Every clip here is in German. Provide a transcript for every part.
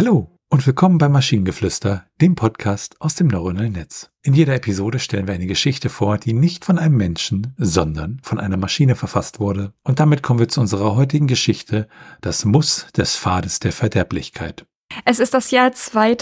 Hallo und willkommen bei Maschinengeflüster, dem Podcast aus dem neuronalen Netz. In jeder Episode stellen wir eine Geschichte vor, die nicht von einem Menschen, sondern von einer Maschine verfasst wurde. Und damit kommen wir zu unserer heutigen Geschichte, das Muss des Pfades der Verderblichkeit. Es ist das Jahr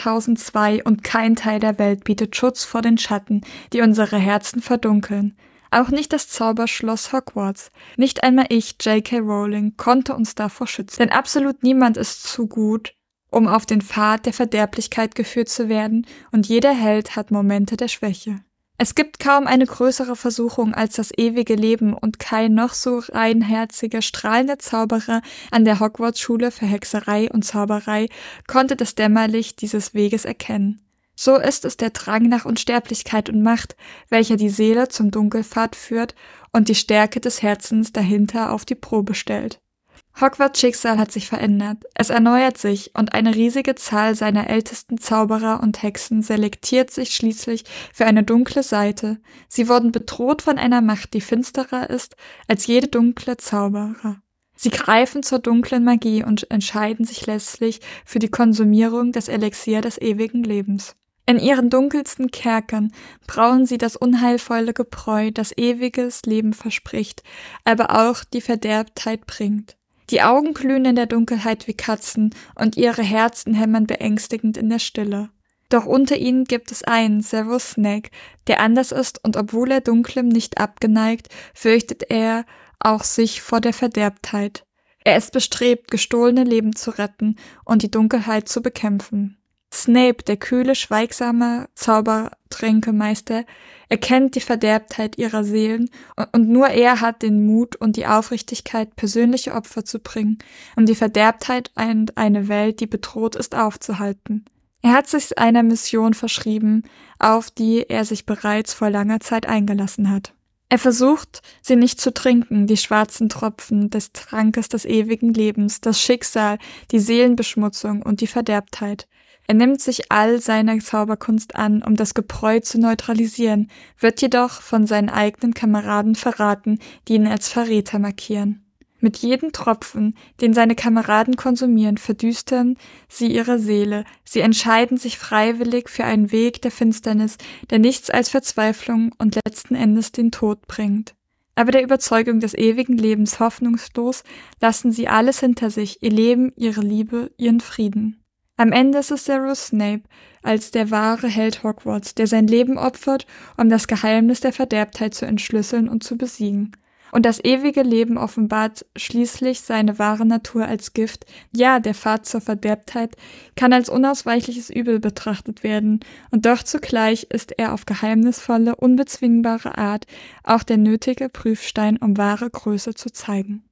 2002 und kein Teil der Welt bietet Schutz vor den Schatten, die unsere Herzen verdunkeln. Auch nicht das Zauberschloss Hogwarts. Nicht einmal ich, J.K. Rowling, konnte uns davor schützen. Denn absolut niemand ist zu gut, um auf den Pfad der Verderblichkeit geführt zu werden, und jeder Held hat Momente der Schwäche. Es gibt kaum eine größere Versuchung als das ewige Leben, und kein noch so reinherziger, strahlender Zauberer an der Hogwarts-Schule für Hexerei und Zauberei konnte das Dämmerlicht dieses Weges erkennen. So ist es der Drang nach Unsterblichkeit und Macht, welcher die Seele zum Dunkelpfad führt und die Stärke des Herzens dahinter auf die Probe stellt. Hogwarts' Schicksal hat sich verändert. Es erneuert sich und eine riesige Zahl seiner ältesten Zauberer und Hexen selektiert sich schließlich für eine dunkle Seite. Sie wurden bedroht von einer Macht, die finsterer ist als jede dunkle Zauberer. Sie greifen zur dunklen Magie und entscheiden sich letztlich für die Konsumierung des Elixier des ewigen Lebens. In ihren dunkelsten Kerkern brauen sie das unheilvolle Gebräu, das ewiges Leben verspricht, aber auch die Verderbtheit bringt. Die Augen glühen in der Dunkelheit wie Katzen und ihre Herzen hämmern beängstigend in der Stille. Doch unter ihnen gibt es einen, Severus Snape, der anders ist, und obwohl er Dunklem nicht abgeneigt, fürchtet er auch sich vor der Verderbtheit. Er ist bestrebt, gestohlene Leben zu retten und die Dunkelheit zu bekämpfen. Snape, der kühle, schweigsame Zaubertränkemeister, erkennt die Verderbtheit ihrer Seelen und nur er hat den Mut und die Aufrichtigkeit, persönliche Opfer zu bringen, um die Verderbtheit und eine Welt, die bedroht ist, aufzuhalten. Er hat sich einer Mission verschrieben, auf die er sich bereits vor langer Zeit eingelassen hat. Er versucht, sie nicht zu trinken, die schwarzen Tropfen des Trankes des ewigen Lebens, das Schicksal, die Seelenbeschmutzung und die Verderbtheit. Er nimmt sich all seiner Zauberkunst an, um das Gebräu zu neutralisieren, wird jedoch von seinen eigenen Kameraden verraten, die ihn als Verräter markieren. Mit jedem Tropfen, den seine Kameraden konsumieren, verdüstern sie ihre Seele. Sie entscheiden sich freiwillig für einen Weg der Finsternis, der nichts als Verzweiflung und letzten Endes den Tod bringt. Aber der Überzeugung des ewigen Lebens hoffnungslos lassen sie alles hinter sich, ihr Leben, ihre Liebe, ihren Frieden. Am Ende ist es Severus Snape als der wahre Held Hogwarts, der sein Leben opfert, um das Geheimnis der Verderbtheit zu entschlüsseln und zu besiegen. Und das ewige Leben offenbart schließlich seine wahre Natur als Gift. Ja, der Pfad zur Verderbtheit kann als unausweichliches Übel betrachtet werden, und doch zugleich ist er auf geheimnisvolle, unbezwingbare Art auch der nötige Prüfstein, um wahre Größe zu zeigen.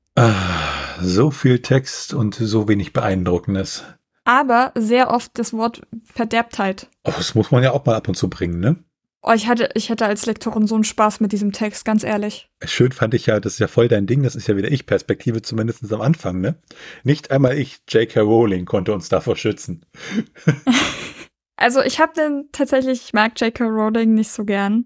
So viel Text und so wenig Beeindruckendes. Aber sehr oft das Wort Verderbtheit. Oh, das muss man ja auch mal ab und zu bringen, ne? Oh, ich hätte als Lektorin so einen Spaß mit diesem Text, ganz ehrlich. Schön fand ich ja, das ist ja voll dein Ding, das ist ja wieder Ich-Perspektive, zumindest am Anfang, ne? Nicht einmal ich, J.K. Rowling, konnte uns davor schützen. Also ich mag J.K. Rowling nicht so gern.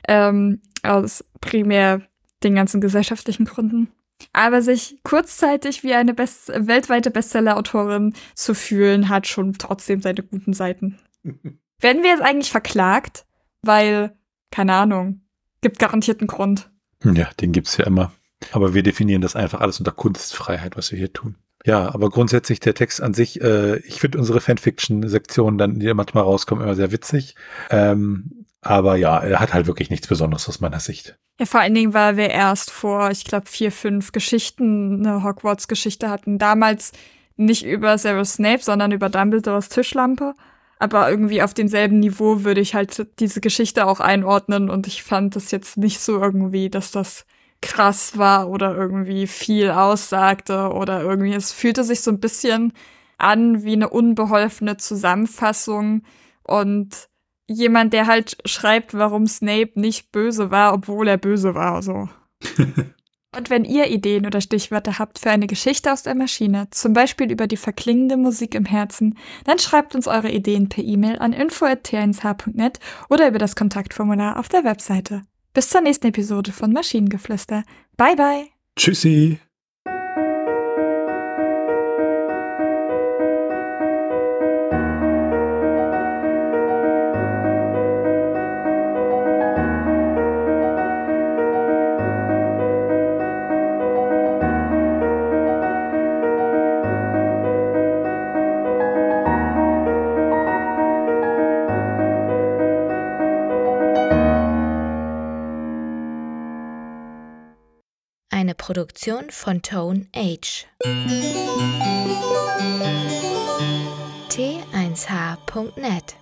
Aus primär den ganzen gesellschaftlichen Gründen. Aber sich kurzzeitig wie eine weltweite Bestseller-Autorin zu fühlen, hat schon trotzdem seine guten Seiten. Werden wir jetzt eigentlich verklagt? Weil, keine Ahnung, gibt garantiert einen Grund. Ja, den gibt's ja immer. Aber wir definieren das einfach alles unter Kunstfreiheit, was wir hier tun. Ja, aber grundsätzlich der Text an sich, ich finde unsere Fanfiction-Sektion, die manchmal rauskommen, immer sehr witzig. Aber ja, er hat halt wirklich nichts Besonderes aus meiner Sicht. Ja, vor allen Dingen, weil wir erst vor, ich glaube, 4, 5 Geschichten eine Hogwarts-Geschichte hatten. Damals nicht über Severus Snape, sondern über Dumbledores Tischlampe. Aber irgendwie auf demselben Niveau würde ich halt diese Geschichte auch einordnen. Und ich fand das jetzt nicht so irgendwie, dass das krass war oder irgendwie viel aussagte oder irgendwie. Es fühlte sich so ein bisschen an wie eine unbeholfene Zusammenfassung und jemand, der halt schreibt, warum Snape nicht böse war, obwohl er böse war, so. Und wenn ihr Ideen oder Stichwörter habt für eine Geschichte aus der Maschine, zum Beispiel über die verklingende Musik im Herzen, dann schreibt uns eure Ideen per E-Mail an info@t1h.net oder über das Kontaktformular auf der Webseite. Bis zur nächsten Episode von Maschinengeflüster. Bye, bye. Eine Produktion von Tone H. T1h.net